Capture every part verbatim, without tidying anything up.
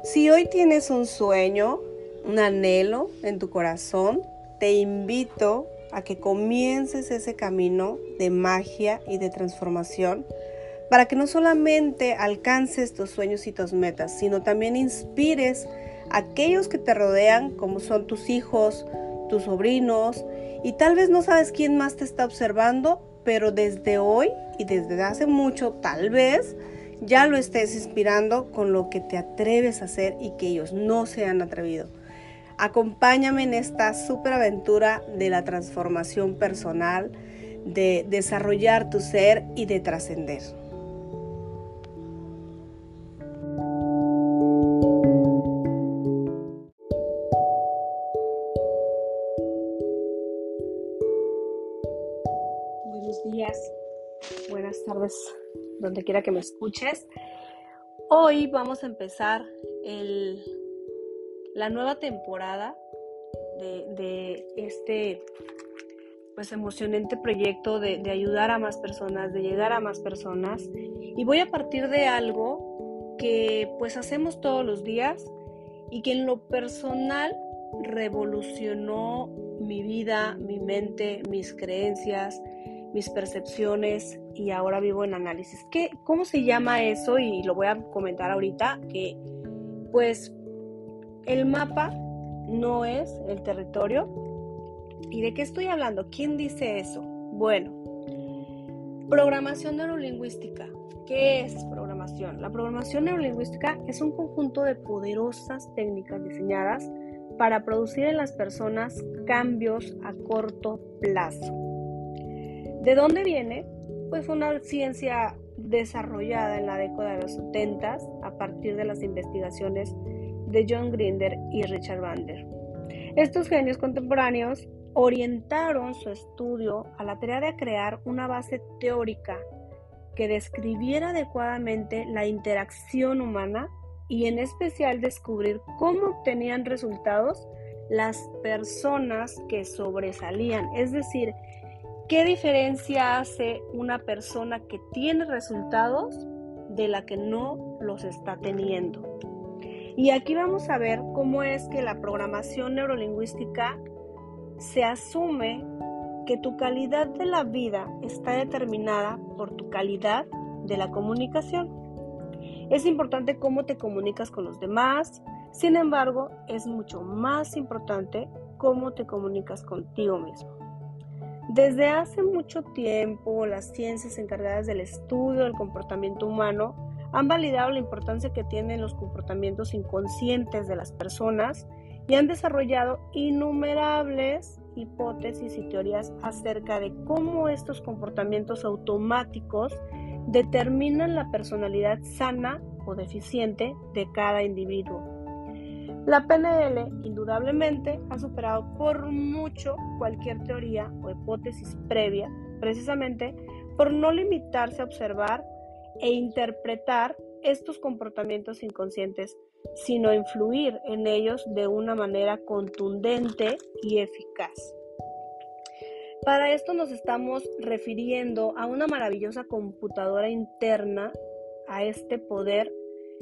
Si hoy tienes un sueño, un anhelo en tu corazón, te invito a que comiences ese camino de magia y de transformación para que no solamente alcances tus sueños y tus metas, sino también inspires a aquellos que te rodean, como son tus hijos, tus sobrinos, y tal vez no sabes quién más te está observando, pero desde hoy y desde hace mucho, tal vez, ya lo estés inspirando con lo que te atreves a hacer y que ellos no se han atrevido. Acompáñame en esta superaventura de la transformación personal, de desarrollar tu ser y de trascender. Buenos días, buenas tardes, donde quiera que me escuches. Hoy vamos a empezar el, la nueva temporada de, de este pues emocionante proyecto de, de ayudar a más personas, de llegar a más personas, y voy a partir de algo que pues hacemos todos los días y que en lo personal revolucionó mi vida, mi mente, mis creencias, mis percepciones, y ahora vivo en análisis. ¿Qué, cómo se llama eso? Y lo voy a comentar ahorita, que pues el mapa no es el territorio. ¿Y de qué estoy hablando? ¿Quién dice eso? Bueno, programación neurolingüística. ¿Qué es programación? La programación neurolingüística es un conjunto de poderosas técnicas diseñadas para producir en las personas cambios a corto plazo. ¿De dónde viene? Pues fue una ciencia desarrollada en la década de los setenta a partir de las investigaciones de John Grinder y Richard Bandler. Estos genios contemporáneos orientaron su estudio a la tarea de crear una base teórica que describiera adecuadamente la interacción humana y en especial descubrir cómo obtenían resultados las personas que sobresalían, es decir, ¿qué diferencia hace una persona que tiene resultados de la que no los está teniendo? Y aquí vamos a ver cómo es que la programación neurolingüística se asume que tu calidad de la vida está determinada por tu calidad de la comunicación. Es importante cómo te comunicas con los demás, sin embargo, es mucho más importante cómo te comunicas contigo mismo. Desde hace mucho tiempo, las ciencias encargadas del estudio del comportamiento humano han validado la importancia que tienen los comportamientos inconscientes de las personas y han desarrollado innumerables hipótesis y teorías acerca de cómo estos comportamientos automáticos determinan la personalidad sana o deficiente de cada individuo. La P N L, indudablemente, ha superado por mucho cualquier teoría o hipótesis previa, precisamente por no limitarse a observar e interpretar estos comportamientos inconscientes, sino influir en ellos de una manera contundente y eficaz. Para esto nos estamos refiriendo a una maravillosa computadora interna, a este poder.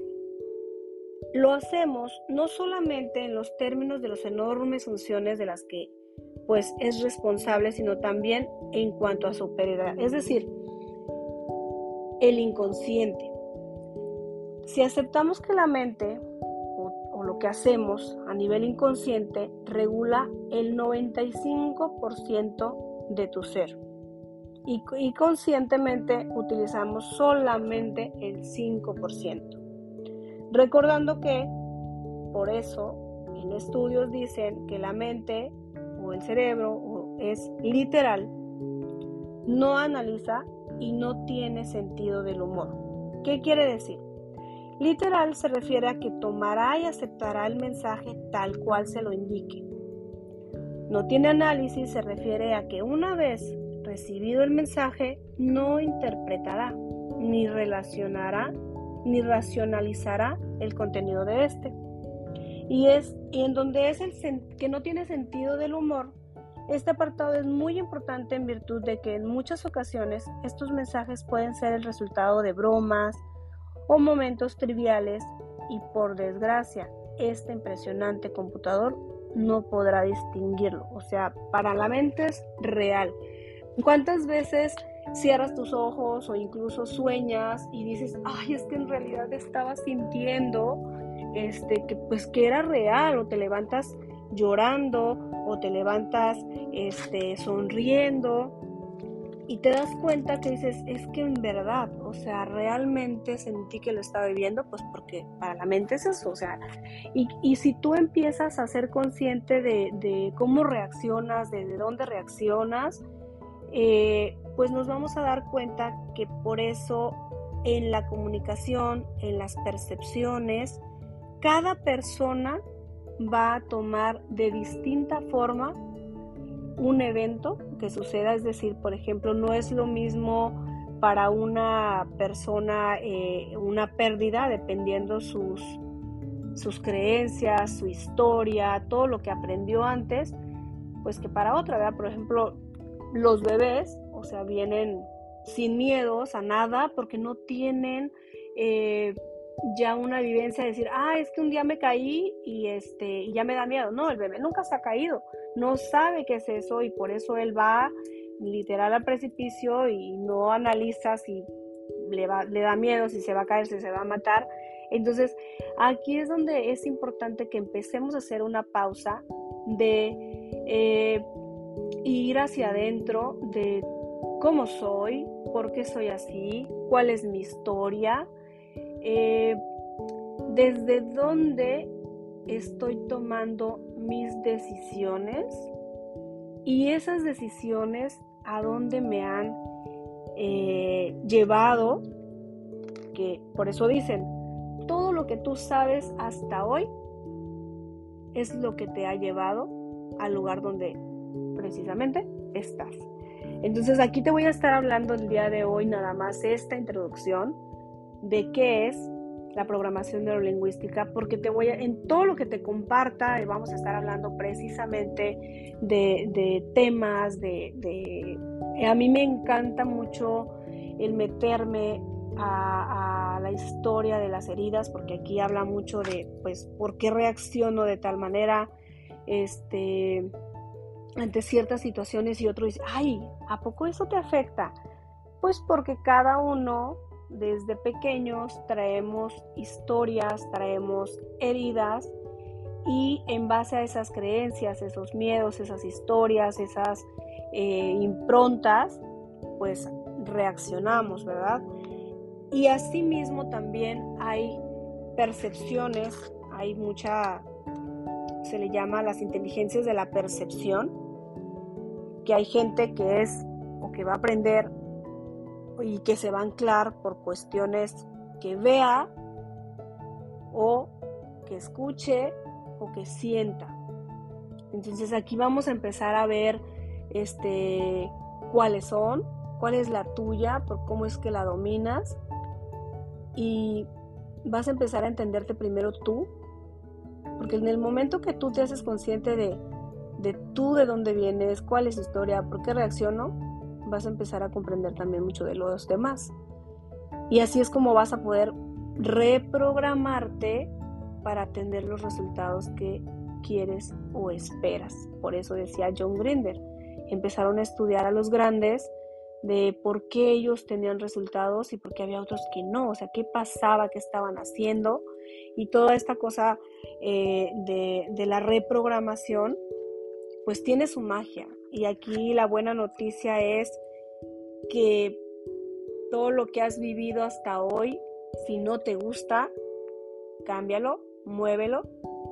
Lo hacemos no solamente en los términos de las enormes funciones de las que pues, es responsable, sino también en cuanto a su operadora, es decir, el inconsciente. Si aceptamos que la mente o, o lo que hacemos a nivel inconsciente regula el noventa y cinco por ciento de tu ser y, y conscientemente utilizamos solamente el cinco por ciento. Recordando que, por eso, en estudios dicen que la mente o el cerebro es literal, no analiza y no tiene sentido del humor. ¿Qué quiere decir? Literal se refiere a que tomará y aceptará el mensaje tal cual se lo indique. No tiene análisis se refiere a que una vez recibido el mensaje no interpretará, ni relacionará, ni racionalizará el contenido de este. Y, es, y en donde es el sen- que no tiene sentido del humor, este apartado es muy importante en virtud de que en muchas ocasiones estos mensajes pueden ser el resultado de bromas o momentos triviales y por desgracia este impresionante computador no podrá distinguirlo. O sea, para la mente es real. ¿Cuántas veces cierras tus ojos o incluso sueñas y dices, ay, es que en realidad estaba sintiendo este, que, pues, que era real? O te levantas llorando o te levantas este, sonriendo y te das cuenta que dices, es que en verdad, o sea, realmente sentí que lo estaba viviendo, pues porque para la mente es eso, o sea, y, y si tú empiezas a ser consciente de, de cómo reaccionas, de, de dónde reaccionas, eh, pues nos vamos a dar cuenta que por eso en la comunicación, en las percepciones, cada persona va a tomar de distinta forma un evento que suceda. Es decir, por ejemplo, no es lo mismo para una persona eh, una pérdida, dependiendo sus, sus creencias, su historia, todo lo que aprendió antes, pues que para otra, ¿verdad? Por ejemplo, los bebés, o sea, vienen sin miedos a nada porque no tienen eh, ya una vivencia de decir, ah, es que un día me caí y, este, y ya me da miedo. No, el bebé nunca se ha caído, no sabe qué es eso y por eso él va literal al precipicio y no analiza si le, va, le da miedo, si se va a caer, si se va a matar. Entonces, aquí es donde es importante que empecemos a hacer una pausa de eh, ir hacia adentro de cómo soy, por qué soy así, cuál es mi historia, eh, desde dónde estoy tomando mis decisiones y esas decisiones a dónde me han eh, llevado, que por eso dicen, todo lo que tú sabes hasta hoy es lo que te ha llevado al lugar donde precisamente estás. Entonces aquí te voy a estar hablando el día de hoy nada más esta introducción de qué es la programación neurolingüística, porque te voy a, en todo lo que te comparta vamos a estar hablando precisamente de, de temas, de, de a mí me encanta mucho el meterme a, a la historia de las heridas, porque aquí habla mucho de pues por qué reacciono de tal manera este ante ciertas situaciones, y otro dice, ay, ¿a poco eso te afecta? Pues porque cada uno desde pequeños traemos historias, traemos heridas, y en base a esas creencias, esos miedos, esas historias, esas eh, improntas, pues reaccionamos, ¿verdad? Y asimismo también hay percepciones, hay mucha, se le llama las inteligencias de la percepción, que hay gente que es o que va a aprender y que se va a anclar por cuestiones que vea o que escuche o que sienta. Entonces aquí vamos a empezar a ver este, cuáles son, cuál es la tuya, por cómo es que la dominas, y vas a empezar a entenderte primero tú, porque en el momento que tú te haces consciente de, de tú, de dónde vienes, cuál es tu historia, por qué reacciono, vas a empezar a comprender también mucho de los demás. Y así es como vas a poder reprogramarte para tener los resultados que quieres o esperas. Por eso decía John Grinder, empezaron a estudiar a los grandes de por qué ellos tenían resultados y por qué había otros que no, o sea, qué pasaba, qué estaban haciendo, y toda esta cosa eh, de, de la reprogramación pues tiene su magia. Y aquí la buena noticia es que todo lo que has vivido hasta hoy, si no te gusta, cámbialo, muévelo.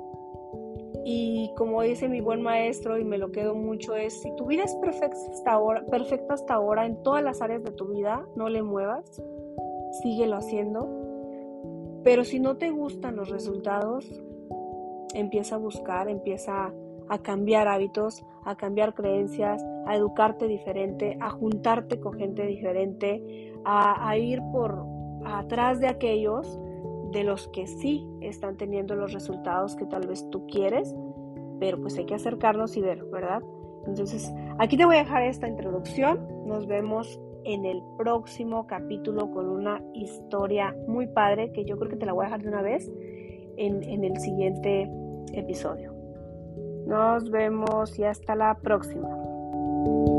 Y como dice mi buen maestro, y me lo quedo mucho, es si tu vida es perfecta hasta ahora, perfecta hasta ahora en todas las áreas de tu vida, no le muevas, síguelo haciendo. Pero si no te gustan los resultados, empieza a buscar, empieza a cambiar hábitos, a cambiar creencias, a educarte diferente, a juntarte con gente diferente, a, a ir por atrás de aquellos de los que sí están teniendo los resultados que tal vez tú quieres, pero pues hay que acercarnos y ver, ¿verdad? Entonces, aquí te voy a dejar esta introducción. Nos vemos en el próximo capítulo con una historia muy padre que yo creo que te la voy a dejar de una vez. en, en el siguiente episodio. Nos vemos y hasta la próxima.